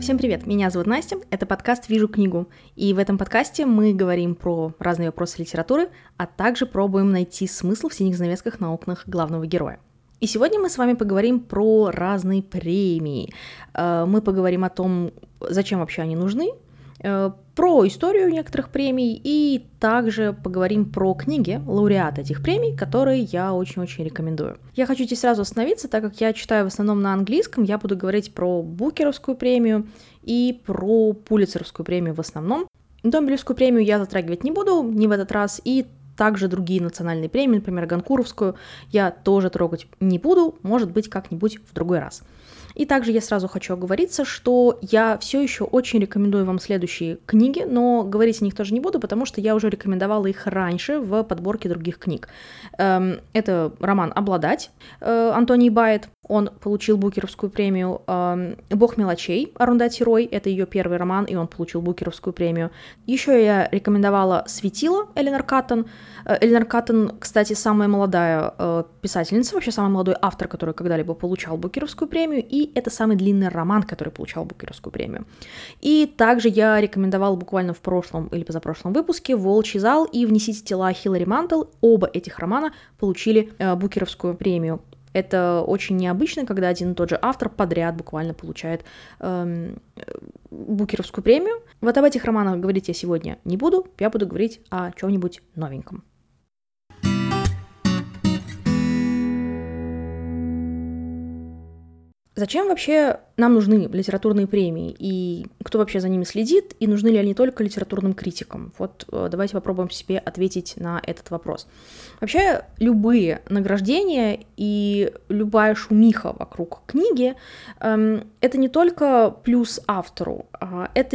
Всем привет, меня зовут Настя, это подкаст «Вижу книгу», и в этом подкасте мы говорим про разные вопросы литературы, а также пробуем найти смысл в синих занавесках на окнах главного героя. И сегодня мы с вами поговорим про разные премии. Мы поговорим о том, зачем вообще они нужны, про историю некоторых премий и также поговорим про книги, лауреаты этих премий, которые я очень-очень рекомендую. Я хочу здесь сразу остановиться, так как я читаю в основном на английском, я буду говорить про Букеровскую премию и про Пулитцеровскую премию в основном. Нобелевскую премию я затрагивать не буду, не в этот раз, и также другие национальные премии, например, Гонкуровскую, я тоже трогать не буду, может быть, как-нибудь в другой раз. И также я сразу хочу оговориться, что я все еще очень рекомендую вам следующие книги, но говорить о них тоже не буду, потому что я уже рекомендовала их раньше в подборке других книг. Это роман «Обладать» Антонии Байет, он получил Букеровскую премию. «Бог мелочей» Арундхати Рой, это ее первый роман, и он получил Букеровскую премию. Еще я рекомендовала «Светило» Эленор Каттон. Эленор Каттон, кстати, самая молодая писательница, вообще самый молодой автор, который когда-либо получал Букеровскую премию, и это самый длинный роман, который получал Букеровскую премию. И также я рекомендовала буквально в прошлом или позапрошлом выпуске «Волчий зал» и «Внесите тела» Хиллари Мантел. Оба этих романа получили Букеровскую премию. Это очень необычно, когда один и тот же автор подряд буквально получает Букеровскую премию. Вот об этих романах говорить я сегодня не буду, я буду говорить о чем-нибудь новеньком. Зачем вообще нам нужны литературные премии, и кто вообще за ними следит, и нужны ли они только литературным критикам? Вот давайте попробуем себе ответить на этот вопрос. Вообще, любые награждения и любая шумиха вокруг книги это не только плюс автору, это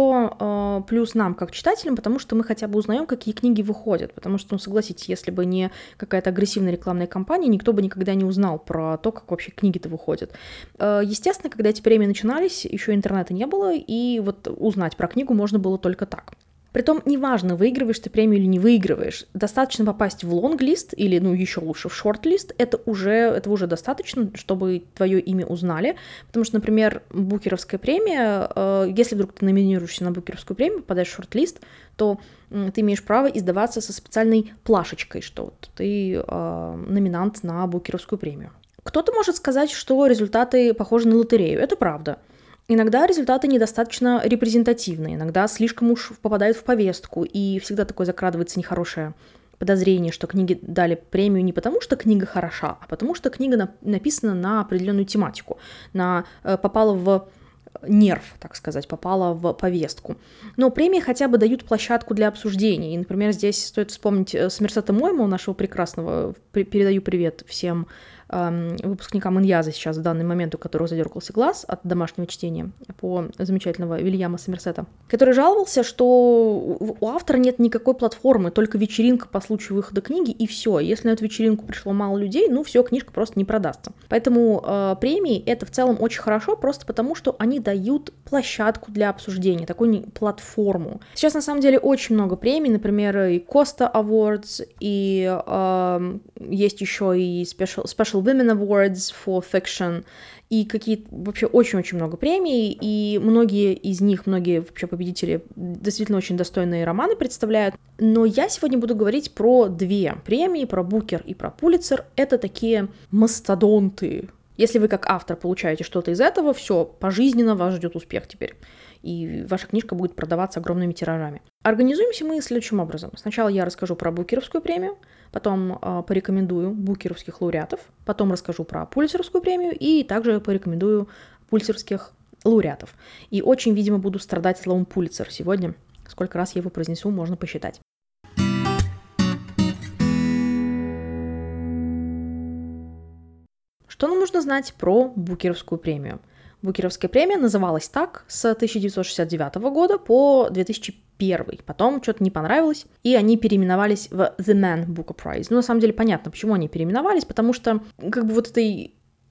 еще плюс нам, как читателям, потому что мы хотя бы узнаем, какие книги выходят, потому что, согласитесь, если бы не какая-то агрессивная рекламная кампания, никто бы никогда не узнал про то, как вообще книги-то выходят. Естественно, когда эти премии начинались, еще интернета не было, и вот узнать про книгу можно было только так. Притом, неважно, выигрываешь ты премию или не выигрываешь, достаточно попасть в лонглист или, еще лучше, в шортлист, этого уже достаточно, чтобы твое имя узнали, потому что, например, Букеровская премия, если вдруг ты номинируешься на Букеровскую премию, попадаешь в шортлист, то ты имеешь право издаваться со специальной плашечкой, что вот ты номинант на Букеровскую премию. Кто-то может сказать, что результаты похожи на лотерею, это правда. Иногда результаты недостаточно репрезентативны, иногда слишком уж попадают в повестку, и всегда такое закрадывается нехорошее подозрение, что книги дали премию не потому, что книга хороша, а потому что книга написана на определенную тематику, попала в нерв, так сказать, попала в повестку. Но премии хотя бы дают площадку для обсуждений. И, например, здесь стоит вспомнить Сомерсета Мойма, нашего прекрасного, передаю привет всем выпускникам Иньяза сейчас в данный момент, у которого задергался глаз от домашнего чтения по замечательного Вильяма Сомерсета, который жаловался, что у автора нет никакой платформы, только вечеринка по случаю выхода книги, и все. Если на эту вечеринку пришло мало людей, все, книжка просто не продастся. Поэтому премии — это в целом очень хорошо, просто потому, что они дают площадку для обсуждения, такую платформу. Сейчас, на самом деле, очень много премий, например, и Costa Awards, и есть еще и Special Women Awards for Fiction, и какие-то вообще очень-очень много премий, и многие вообще победители действительно очень достойные романы представляют. Но я сегодня буду говорить про две премии, про Букер и про Пулитцер. Это такие мастодонты. Если вы как автор получаете что-то из этого, все, пожизненно вас ждет успех теперь. И ваша книжка будет продаваться огромными тиражами. Организуемся мы следующим образом. Сначала я расскажу про Букеровскую премию, потом порекомендую букеровских лауреатов, потом расскажу про Пулитцеровскую премию и также порекомендую пулитцеровских лауреатов. И очень, видимо, буду страдать словом Пулитцер сегодня. Сколько раз я его произнесу, можно посчитать. Что нам нужно знать про Букеровскую премию? Букеровская премия называлась так с 1969 года по 2001. Потом что-то не понравилось, и они переименовались в The Man Booker Prize. На самом деле понятно, почему они переименовались, потому что вот этой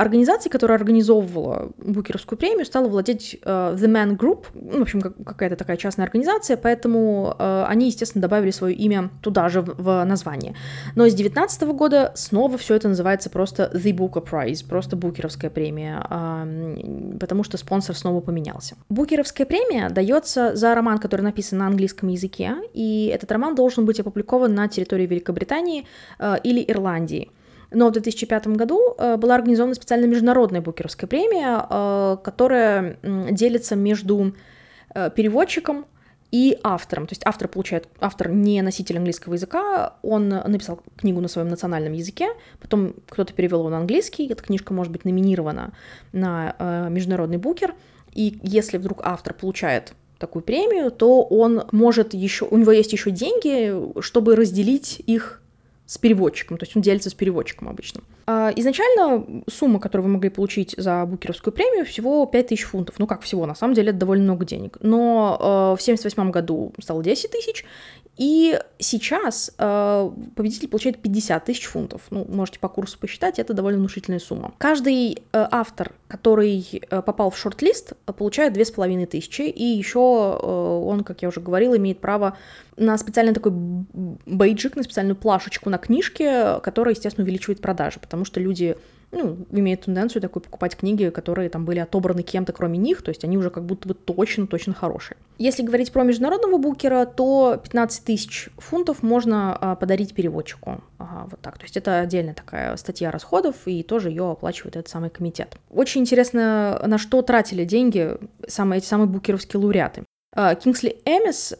организацией, которая организовывала Букеровскую премию, стала владеть The Man Group, в общем, какая-то такая частная организация, поэтому они, естественно, добавили свое имя туда же в название. Но с 2019 года снова все это называется просто The Booker Prize, просто Букеровская премия, потому что спонсор снова поменялся. Букеровская премия дается за роман, который написан на английском языке, и этот роман должен быть опубликован на территории Великобритании или Ирландии. Но в 2005 году была организована специальная международная Букеровская премия, которая делится между переводчиком и автором. То есть автор не носитель английского языка, он написал книгу на своем национальном языке, потом кто-то перевел его на английский, эта книжка может быть номинирована на международный букер, и если вдруг автор получает такую премию, то он может еще, у него есть еще деньги, чтобы разделить их с переводчиком, то есть он делится с переводчиком обычно. Изначально сумма, которую вы могли получить за Букеровскую премию, всего 5000 фунтов. Ну как всего, на самом деле это довольно много денег. Но в 1978 году стало 10 тысяч, и сейчас победитель получает 50 тысяч фунтов. Ну, можете по курсу посчитать, это довольно внушительная сумма. Каждый автор, который попал в шорт-лист, получает 2500, и еще он, как я уже говорила, имеет право на специальный такой бейджик, на специальную плашечку на книжке, которая, естественно, увеличивает продажи, потому что люди имеют тенденцию такой покупать книги, которые там были отобраны кем-то, кроме них, то есть они уже как будто бы точно хорошие. Если говорить про международного букера, то 15 тысяч фунтов можно подарить переводчику. Вот так. То есть это отдельная такая статья расходов, и тоже ее оплачивает этот самый комитет. Очень интересно, на что тратили деньги эти самые букеровские лауреаты. Кингсли Эмис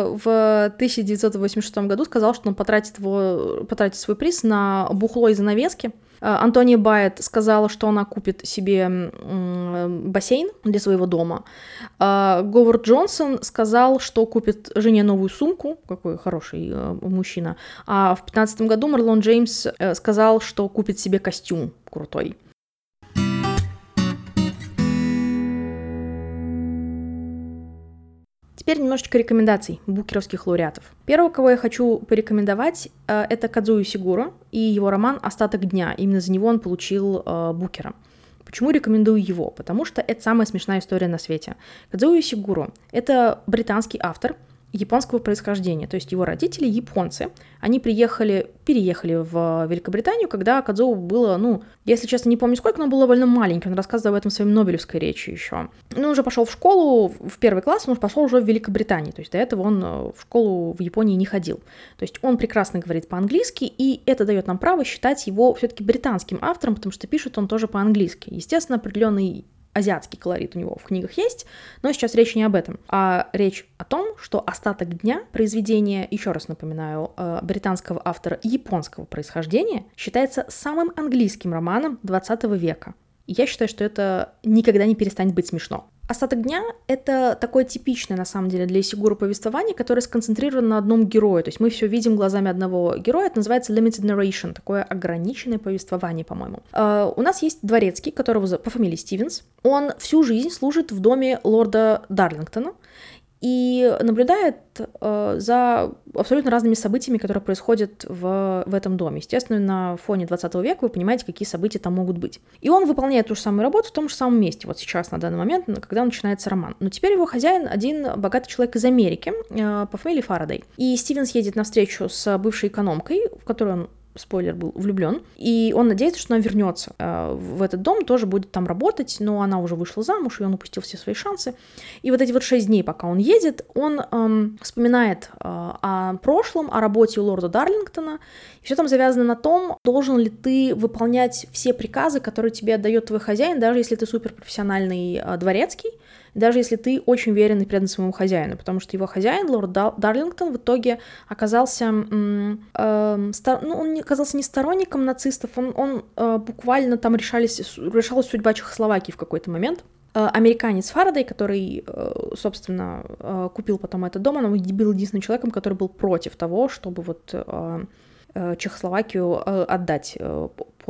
в 1986 году сказал, что он потратит свой приз на бухло и занавески. Антония Байет сказала, что она купит себе бассейн для своего дома. Говард Джонсон сказал, что купит жене новую сумку. Какой хороший мужчина. А в 2015 году Марлон Джеймс сказал, что купит себе костюм крутой. Теперь немножечко рекомендаций букеровских лауреатов. Первого, кого я хочу порекомендовать, это Кадзуо Сигуро и его роман «Остаток дня». Именно за него он получил букера. Почему рекомендую его? Потому что это самая смешная история на свете. Кадзуо Сигуро — это британский автор японского происхождения, то есть его родители японцы. Они переехали в Великобританию, когда Кадзуо было, если честно, не помню сколько, но был довольно маленький. Он рассказывал об этом в своей Нобелевской речи еще. Он уже пошел в школу, в первый класс, он пошел уже в Великобритании, то есть до этого он в школу в Японии не ходил. То есть он прекрасно говорит по-английски, и это дает нам право считать его все-таки британским автором, потому что пишет он тоже по-английски. Естественно, определенный азиатский колорит у него в книгах есть, но сейчас речь не об этом, а речь о том, что «Остаток дня» произведение, еще раз напоминаю, британского автора японского происхождения, считается самым английским романом 20 века. И я считаю, что это никогда не перестанет быть смешно. «Остаток дня» — это такое типичное, на самом деле, для Сигуро повествование, которое сконцентрировано на одном герое. То есть мы все видим глазами одного героя. Это называется limited narration, такое ограниченное повествование, по-моему. У нас есть дворецкий, которого по фамилии Стивенс. Он всю жизнь служит в доме лорда Дарлингтона и наблюдает за абсолютно разными событиями, которые происходят в этом доме. Естественно, на фоне 20 века вы понимаете, какие события там могут быть. И он выполняет ту же самую работу в том же самом месте, вот сейчас, на данный момент, когда начинается роман. Но теперь его хозяин один богатый человек из Америки по фамилии Фарадей. И Стивенс едет на встречу с бывшей экономкой, в которую он, спойлер, был влюблен, и он надеется, что она вернется в этот дом, тоже будет там работать, но она уже вышла замуж, и он упустил все свои шансы. И вот эти вот 6 дней, пока он едет, он вспоминает о прошлом, о работе у лорда Дарлингтона, и все там завязано на том, должен ли ты выполнять все приказы, которые тебе отдает твой хозяин, даже если ты суперпрофессиональный дворецкий, даже если ты очень верен и предан своему хозяину, потому что его хозяин, лорд Дарлингтон, в итоге оказался, он оказался не сторонником нацистов, он буквально там решалась судьба Чехословакии в какой-то момент. Американец Фарадей, который, собственно, купил потом этот дом, он был единственным человеком, который был против того, чтобы вот Чехословакию отдать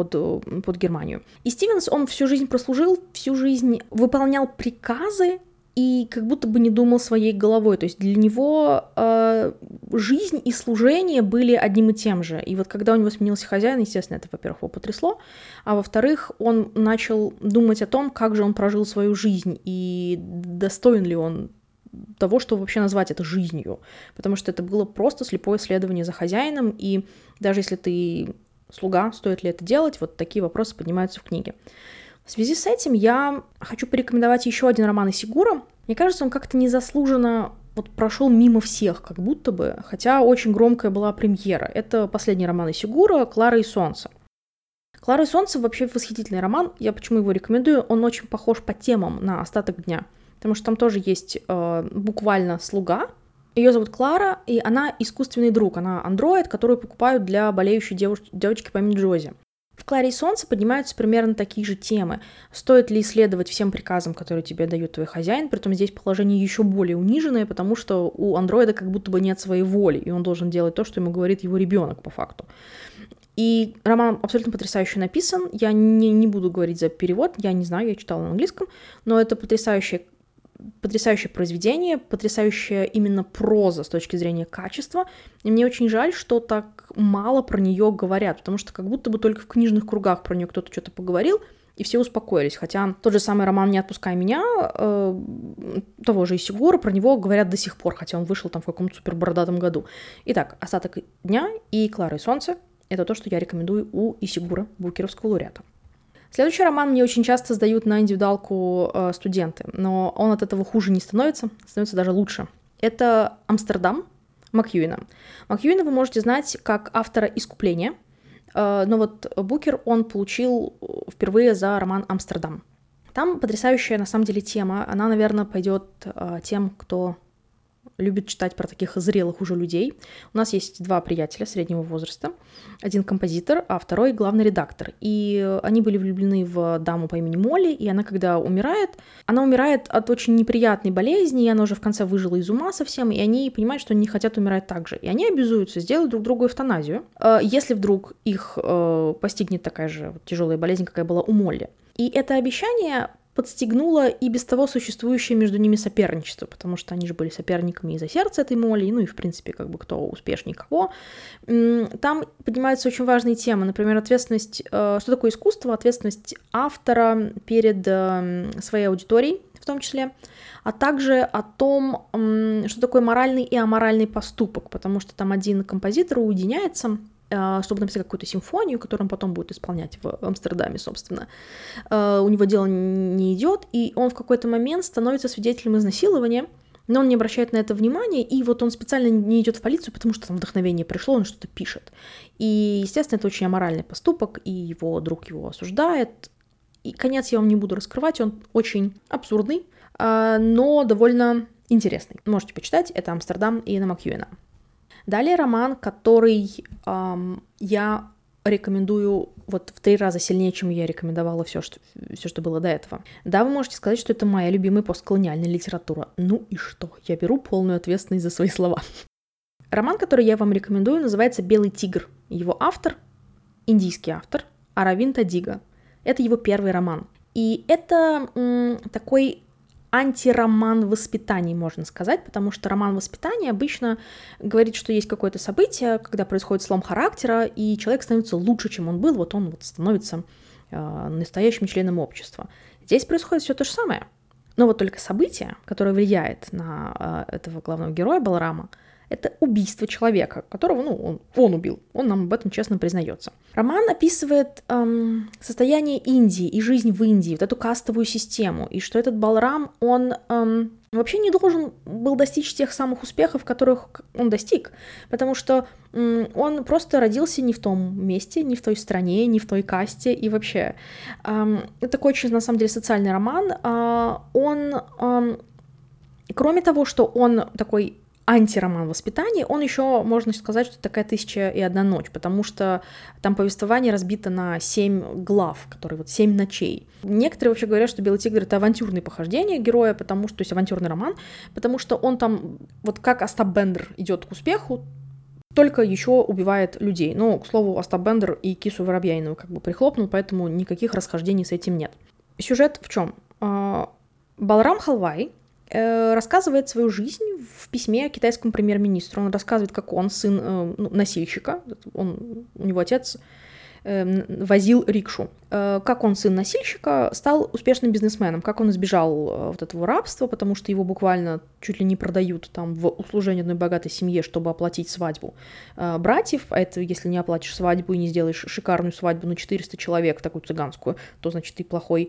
под Германию. И Стивенс, он всю жизнь прослужил, всю жизнь выполнял приказы и как будто бы не думал своей головой. То есть для него жизнь и служение были одним и тем же. И вот когда у него сменился хозяин, естественно, это, во-первых, его потрясло, а во-вторых, он начал думать о том, как же он прожил свою жизнь и достоин ли он того, что вообще назвать это жизнью. Потому что это было просто слепое следование за хозяином, и даже если ты слуга, стоит ли это делать, вот такие вопросы поднимаются в книге. В связи с этим я хочу порекомендовать еще один роман Исигуро. Мне кажется, он как-то незаслуженно вот прошел мимо всех, как будто бы, хотя очень громкая была премьера. Это последний роман Исигуро «Клара и солнце». «Клара и солнце» вообще восхитительный роман. Я почему его рекомендую? Он очень похож по темам на «Остаток дня», потому что там тоже есть буквально слуга. Ее зовут Клара, и она искусственный друг. Она андроид, который покупают для болеющей девочки по имени Джози. В «Кларе и солнце» поднимаются примерно такие же темы. Стоит ли следовать всем приказам, которые тебе дает твой хозяин? Притом здесь положение еще более униженное, потому что у андроида как будто бы нет своей воли, и он должен делать то, что ему говорит его ребенок по факту. И роман абсолютно потрясающе написан. Я не буду говорить за перевод, я не знаю, я читала на английском, но это потрясающее произведение, потрясающая именно проза с точки зрения качества. И мне очень жаль, что так мало про нее говорят, потому что как будто бы только в книжных кругах про нее кто-то что-то поговорил, и все успокоились. Хотя тот же самый роман «Не отпускай меня», того же Исигуро, про него говорят до сих пор, хотя он вышел там в каком-то супербородатом году. Итак, «Остаток дня» и «Клара и солнце» — это то, что я рекомендую у Исигуро, букеровского лауреата. Следующий роман мне очень часто сдают на индивидуалку студенты, но он от этого хуже не становится даже лучше. Это «Амстердам» Макьюина. Макьюина вы можете знать как автора «Искупления», но вот Букер он получил впервые за роман «Амстердам». Там потрясающая на самом деле тема, она, наверное, пойдет тем, кто любит читать про таких зрелых уже людей. У нас есть два приятеля среднего возраста. Один композитор, а второй главный редактор. И они были влюблены в даму по имени Молли, и она, когда умирает, она умирает от очень неприятной болезни, и она уже в конце выжила из ума совсем, и они понимают, что они не хотят умирать так же. И они обязуются сделать друг другу эвтаназию, если вдруг их постигнет такая же тяжелая болезнь, какая была у Молли. И это обещание подстегнуло и без того существующее между ними соперничество, потому что они же были соперниками из-за сердца этой Молли, ну и, в принципе, как бы кто успешнее кого. Там поднимаются очень важные темы, например, ответственность, что такое искусство, ответственность автора перед своей аудиторией, в том числе, а также о том, что такое моральный и аморальный поступок, потому что там один композитор уединяется, чтобы написать какую-то симфонию, которую он потом будет исполнять в Амстердаме, собственно. У него дело не идет, и он в какой-то момент становится свидетелем изнасилования, но он не обращает на это внимания, и вот он специально не идет в полицию, потому что там вдохновение пришло, он что-то пишет. И, естественно, это очень аморальный поступок, и его друг его осуждает. И конец я вам не буду раскрывать, он очень абсурдный, но довольно интересный. Можете почитать, это «Амстердам» Иэна Макьюина. Далее роман, который я рекомендую вот в 3 раза сильнее, чем я рекомендовала все, что было до этого. Да, вы можете сказать, что это моя любимая постколониальная литература. Ну и что? Я беру полную ответственность за свои слова. Роман, который я вам рекомендую, называется «Белый тигр». Его автор, индийский автор, Аравинд Адига. Это его первый роман. И это такой антироман воспитания, можно сказать, потому что роман воспитания обычно говорит, что есть какое-то событие, когда происходит слом характера, и человек становится лучше, чем он был, вот он вот становится настоящим членом общества. Здесь происходит все то же самое. Но вот только событие, которое влияет на этого главного героя Балрама, это убийство человека, которого, он убил. Он нам об этом честно признается. Роман описывает состояние Индии и жизнь в Индии, вот эту кастовую систему, и что этот Балрам, он вообще не должен был достичь тех самых успехов, которых он достиг, потому что он просто родился не в том месте, не в той стране, не в той касте, и вообще. Это такой очень, на самом деле, социальный роман. Он, кроме того, что он такой антироман воспитания, он еще, можно сказать, что такая 1001 ночь, потому что там повествование разбито на 7 глав, которые 7 ночей. Некоторые вообще говорят, что «Белый тигр» — это авантюрные похождения героя, то есть авантюрный роман, потому что он там, вот как Остап Бендер идет к успеху, только еще убивает людей. Но, к слову, Остап Бендер и кису Воробьянинова как бы прихлопнул, поэтому никаких расхождений с этим нет. Сюжет в чем? Балрам Халвай рассказывает свою жизнь в письме китайскому премьер-министру. Он рассказывает, как он сын носильщика, у него отец возил рикшу. Как он, сын носильщика, стал успешным бизнесменом, как он избежал вот этого рабства, потому что его буквально чуть ли не продают там в услужение одной богатой семье, чтобы оплатить свадьбу братьев, а это если не оплатишь свадьбу и не сделаешь шикарную свадьбу на 400 человек, такую цыганскую, то, значит, ты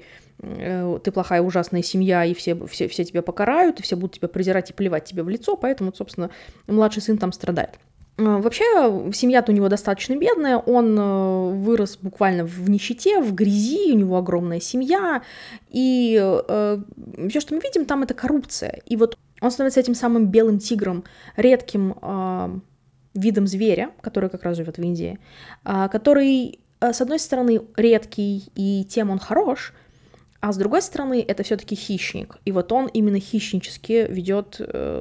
плохая ужасная семья, и все тебя покарают, и все будут тебя презирать и плевать тебе в лицо, поэтому, собственно, младший сын там страдает. Вообще, семья-то у него достаточно бедная, он вырос буквально в нищете, в грязи, у него огромная семья, и все, что мы видим, там это коррупция. И вот он становится этим самым белым тигром, редким видом зверя, который как раз живет в Индии, который, с одной стороны, редкий, и тем он хорош, а с другой стороны, это все-таки хищник. И вот он именно хищнически ведет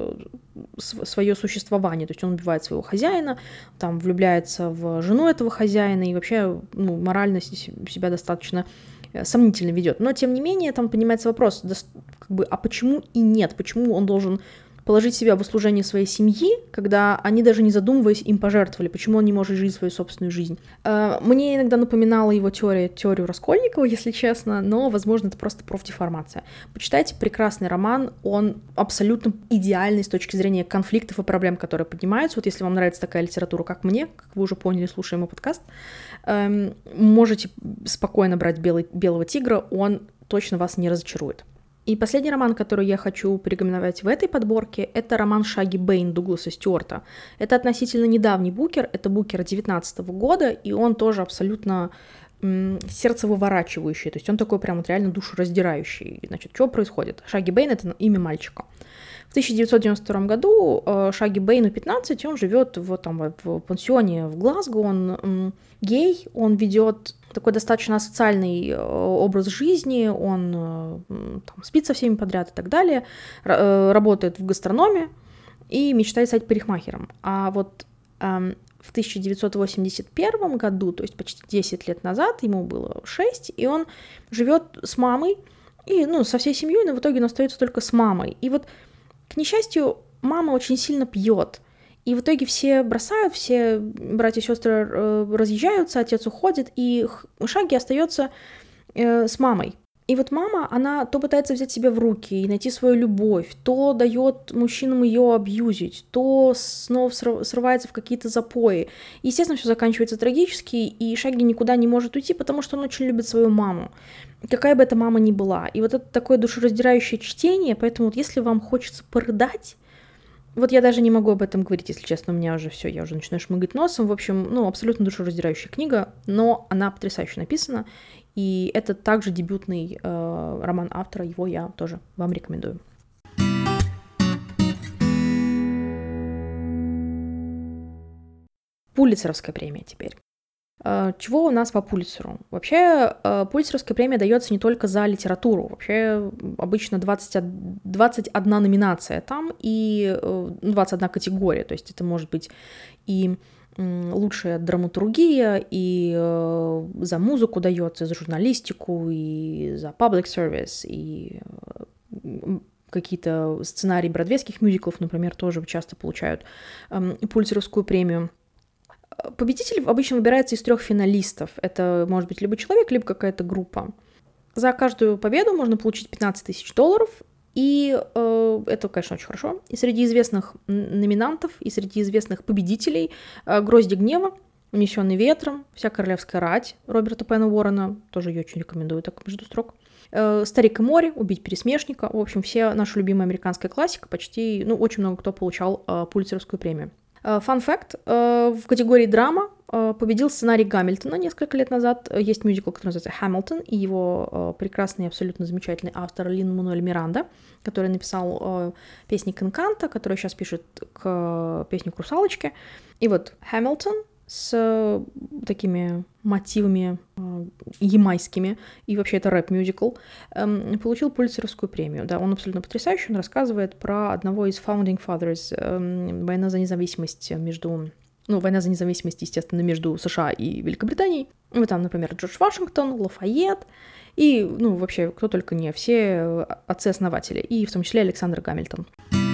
свое существование. То есть он убивает своего хозяина, там влюбляется в жену этого хозяина и вообще морально себя достаточно сомнительно ведет. Но тем не менее, там поднимается вопрос, а почему и нет? Почему он должен положить себя в услужение своей семьи, когда они даже не задумываясь им пожертвовали, почему он не может жить свою собственную жизнь. Мне иногда напоминала его теорию Раскольникова, если честно, но, возможно, это просто профдеформация. Почитайте прекрасный роман, он абсолютно идеальный с точки зрения конфликтов и проблем, которые поднимаются. Вот если вам нравится такая литература, как мне, как вы уже поняли, слушая мой подкаст, можете спокойно брать «Белого тигра», он точно вас не разочарует. И последний роман, который я хочу порекомендовать в этой подборке, это роман «Шаги Бэйн» Дугласа Стюарта. Это относительно недавний букер, это букер 2019 года, и он тоже абсолютно сердцевыворачивающий, то есть он такой прям вот реально душераздирающий. Значит, что происходит? Шаги Бэйн — это имя мальчика. В 1992 году Шаги Бэйну 15, и он живет в пансионе в Глазго, он гей, он ведет такой достаточно асоциальный образ жизни, он спит со всеми подряд и так далее, работает в гастрономе и мечтает стать парикмахером. А вот в 1981 году, то есть почти 10 лет назад, ему было 6, и он живет с мамой, и со всей семьей, но в итоге он остается только с мамой. И вот, к несчастью, мама очень сильно пьет. И в итоге все бросают, все братья и сестры разъезжаются, отец уходит, и Шаги остается с мамой. И вот мама, она то пытается взять себя в руки и найти свою любовь, то дает мужчинам ее абьюзить, то снова срывается в какие-то запои. И, естественно, все заканчивается трагически, и Шаги никуда не может уйти, потому что он очень любит свою маму, какая бы эта мама ни была. И вот это такое душераздирающее чтение, поэтому вот если вам хочется порыдать, вот я даже не могу об этом говорить, если честно, у меня уже все, я уже начинаю шмыгать носом. В общем, абсолютно душераздирающая книга, но она потрясающе написана, и это также дебютный роман автора, его я тоже вам рекомендую. Пулитцеровская премия теперь. Чего у нас по Пулитцеру? Вообще, Пулитцеровская премия дается не только за литературу. Вообще, обычно 21 номинация там и 21 категория. То есть это может быть и лучшая драматургия, и за музыку дается, и за журналистику, и за public service, и какие-то сценарии бродвейских мюзиклов, например, тоже часто получают Пулитцеровскую премию. Победитель обычно выбирается из 3 финалистов. Это может быть либо человек, либо какая-то группа. За каждую победу можно получить $15 000, и это, конечно, очень хорошо. И среди известных номинантов, и среди известных победителей «Грозди гнева», «Унесенный ветром», «Вся королевская рать» Роберта Пэна Уоррена, тоже ее очень рекомендую, так между строк. «Старик и море», «Убить пересмешника». В общем, все наша любимая американская классика, почти, очень много кто получал Пулитцеровскую премию. Fun fact, в категории драма победил сценарий Гамильтона несколько лет назад. Есть мюзикл, который называется «Hamilton», и его прекрасный, абсолютно замечательный автор Лин-Мануэль Миранда, который написал песни «Канканта», который сейчас пишет к песне к «Русалочке». И вот «Hamilton» с такими мотивами ямайскими, и вообще это рэп-мюзикл, получил Пулитцеровскую премию. Да, он абсолютно потрясающий, он рассказывает про одного из founding fathers войны за независимость между Ну, война за независимость, естественно, между США и Великобританией. Вот там, например, Джордж Вашингтон, Лафайет и, ну, вообще, кто только не, все отцы-основатели, и в том числе Александр Гамильтон.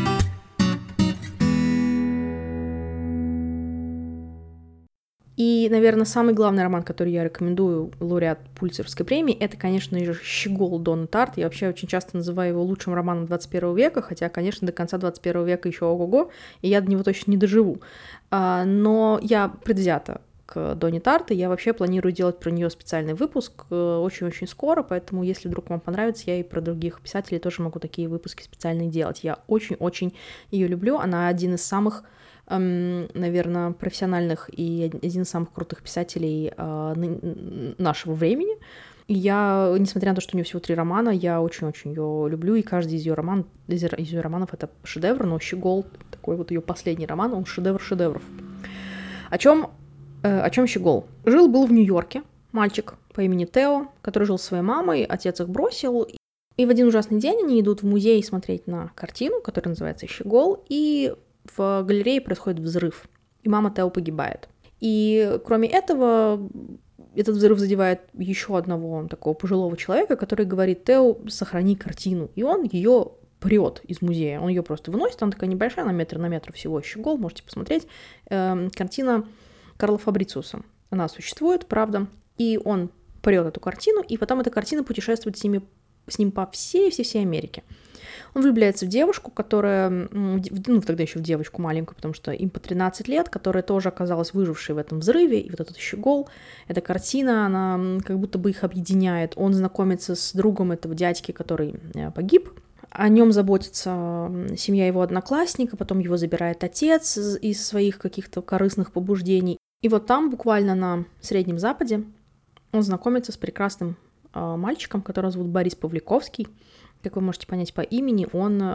И, наверное, самый главный роман, который я рекомендую, лауреат Пулитцеровской премии, это, конечно же, «Щегол» Донны Тарт. Я вообще очень часто называю его лучшим романом 21 века, хотя, конечно, до конца 21 века еще ого-го, и я до него точно не доживу. Но я предвзята к Донне Тарт, и я вообще планирую делать про нее специальный выпуск очень-очень скоро, поэтому, если вдруг вам понравится, я и про других писателей тоже могу такие выпуски специальные делать. Я очень-очень ее люблю, она один из самых, наверное, профессиональных и один из самых крутых писателей нашего времени. И я, несмотря на то, что у нее всего 3 романа, я очень-очень ее люблю, и каждый из ее романов это шедевр, но «Щегол», такой вот ее последний роман, он шедевр шедевров. О чем «Щегол»? Жил-был в Нью-Йорке мальчик по имени Тео, который жил со своей мамой, отец их бросил, и в один ужасный день они идут в музей смотреть на картину, которая называется «Щегол», и в галерее происходит взрыв, и мама Тео погибает. И кроме этого, этот взрыв задевает еще одного такого пожилого человека, который говорит: «Тео, сохрани картину». И он ее прет из музея. Он ее просто выносит, она такая небольшая, на метр на метр всего, «Щегол», можете посмотреть. Картина Карла Фабрициуса. Она существует, правда. И он прет эту картину, и потом эта картина путешествует с ним по всей Америке. Он влюбляется в девушку, которая, ну, тогда еще в девочку маленькую, потому что им по 13 лет, которая тоже оказалась выжившей в этом взрыве, и вот этот «Щегол», эта картина, она как будто бы их объединяет. Он знакомится с другом этого дядьки, который погиб, о нем заботится семья его одноклассника, потом его забирает отец из своих каких-то корыстных побуждений. И вот там, буквально на Среднем Западе, он знакомится с прекрасным мальчиком, которого зовут Борис Павликовский. Как вы можете понять по имени,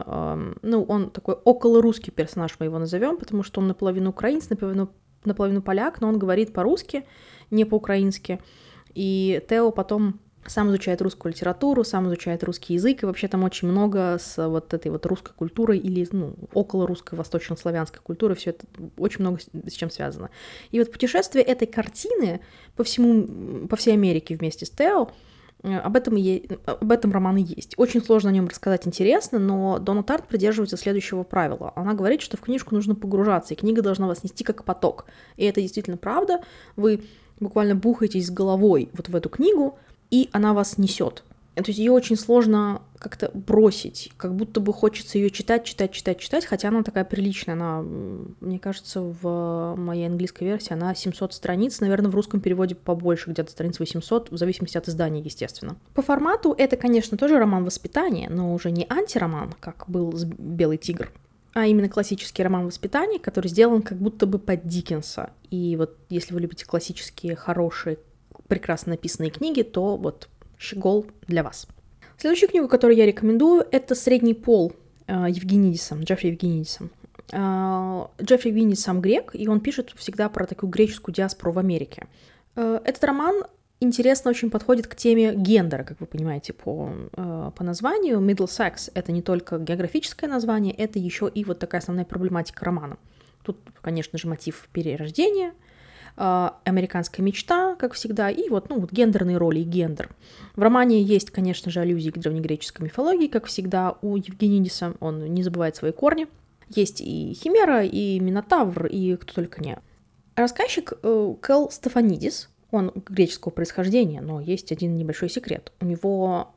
он такой околорусский персонаж, мы его назовем, потому что он наполовину украинец, наполовину поляк, но он говорит по-русски, не по-украински. И Тео потом сам изучает русскую литературу, сам изучает русский язык, и вообще там очень много с вот этой вот русской культурой или, около русской, восточнославянской культуры, все это очень много с чем связано. И вот путешествие этой картины по всей Америке вместе с Тео, об этом роман и есть. Очень сложно о нем рассказать интересно, но Донна Тарт придерживается следующего правила. Она говорит, что в книжку нужно погружаться, и книга должна вас нести как поток. И это действительно правда. Вы буквально бухаетесь с головой вот в эту книгу, и она вас несет. То есть ее очень сложно как-то бросить, как будто бы хочется ее читать, хотя она такая приличная. Она, мне кажется, в моей английской версии она 700 страниц, наверное, в русском переводе побольше, где-то страниц 800, в зависимости от издания, естественно. По формату это, конечно, тоже роман воспитания, но уже не антироман, как был «Белый тигр», а именно классический роман воспитания, который сделан как будто бы под Диккенса. И вот если вы любите классические, хорошие, прекрасно написанные книги, то вот «Щегол» для вас. Следующую книгу, которую я рекомендую, это «Средний пол» Джеффри Евгенидиса. Джеффри Евгенидис сам грек, и он пишет всегда про такую греческую диаспору в Америке. Этот роман интересно очень подходит к теме гендера, как вы понимаете по названию. Middle Sex — это не только географическое название, это еще и вот такая основная проблематика романа. Тут, конечно же, мотив перерождения, американская мечта, как всегда, и вот гендерные роли и гендер. В романе есть, конечно же, аллюзии к древнегреческой мифологии, как всегда у Евгенидиса, он не забывает свои корни. Есть и Химера, и Минотавр, и кто только не. Рассказчик Кэл Стефанидис, он греческого происхождения, но есть один небольшой секрет. У него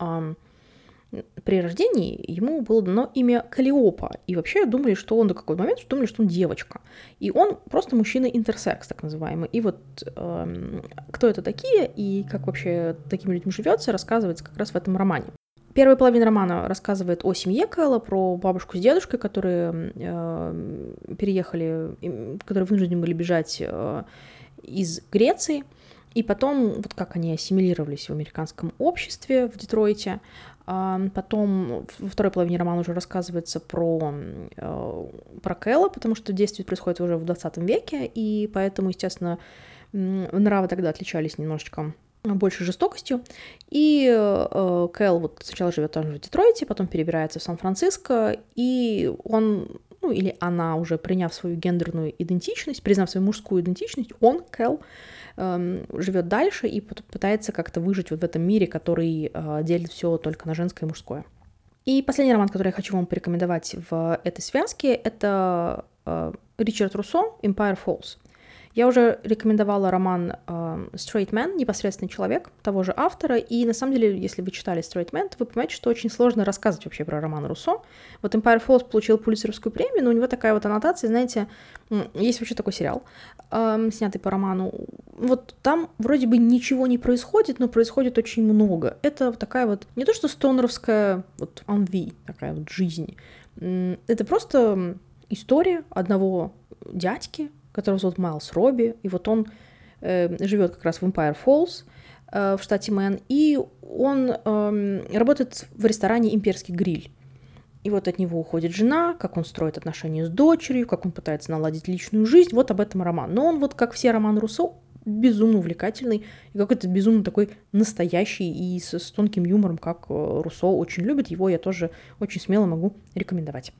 при рождении ему было дано имя Каллиопа, и вообще думали, что он до какого-то момента думали, что он девочка. И он просто мужчина интерсекс, так называемый. И вот кто это такие и как вообще таким людям живется, рассказывается как раз в этом романе. Первая половина романа рассказывает о семье Кэлла, про бабушку с дедушкой, которые переехали, которые вынуждены были бежать из Греции. И потом, вот как они ассимилировались в американском обществе в Детройте. Потом во второй половине романа уже рассказывается про Кэлла, потому что действие происходит уже в 20 веке, и поэтому, естественно, нравы тогда отличались немножечко большей жестокостью. И Кэл вот сначала живет там в Детройте, потом перебирается в Сан-Франциско, и он ну или она, уже приняв свою гендерную идентичность, признав свою мужскую идентичность, он, Кэл, живет дальше и пытается как-то выжить вот в этом мире, который делит все только на женское и мужское. И последний роман, который я хочу вам порекомендовать в этой связке, это Ричард Руссо «Empire Falls». Я уже рекомендовала роман «Straight Man», «Непосредственный человек», того же автора, и на самом деле, если вы читали «Straight Man», то вы понимаете, что очень сложно рассказывать вообще про роман Руссо. Вот «Empire Falls» получил Пулитцеровскую премию, но у него такая вот аннотация, знаете, есть вообще такой сериал, снятый по роману, вот там вроде бы ничего не происходит, но происходит очень много. Это такая вот, не то что стоунеровская вот envy, такая вот жизнь, это просто история одного дядьки, которого зовут Майлз Робби, и вот он живет как раз в Empire Falls в штате Мэн, и он работает в ресторане «Имперский гриль». И вот от него уходит жена, как он строит отношения с дочерью, как он пытается наладить личную жизнь, вот об этом роман. Но он вот, как все романы Руссо, безумно увлекательный, и какой-то безумно такой настоящий и с тонким юмором, как Руссо очень любит. Его я тоже очень смело могу рекомендовать.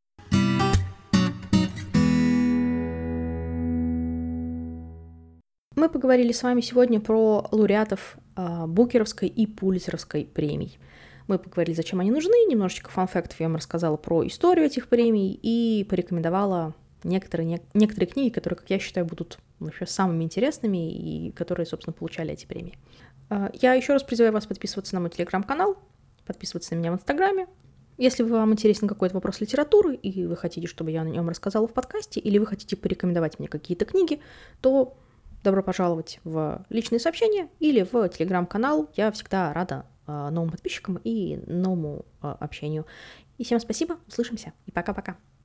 Мы поговорили с вами сегодня про лауреатов Букеровской и Пулитцеровской премий. Мы поговорили, зачем они нужны, немножечко фан-фактов я вам рассказала про историю этих премий и порекомендовала некоторые книги, которые, как я считаю, будут вообще самыми интересными и которые, собственно, получали эти премии. Я еще раз призываю вас подписываться на мой телеграм-канал, подписываться на меня в Инстаграме. Если вам интересен какой-то вопрос литературы, и вы хотите, чтобы я о нем рассказала в подкасте, или вы хотите порекомендовать мне какие-то книги, то добро пожаловать в личные сообщения или в телеграм-канал. Я всегда рада новым подписчикам и новому общению. И всем спасибо, услышимся и пока-пока.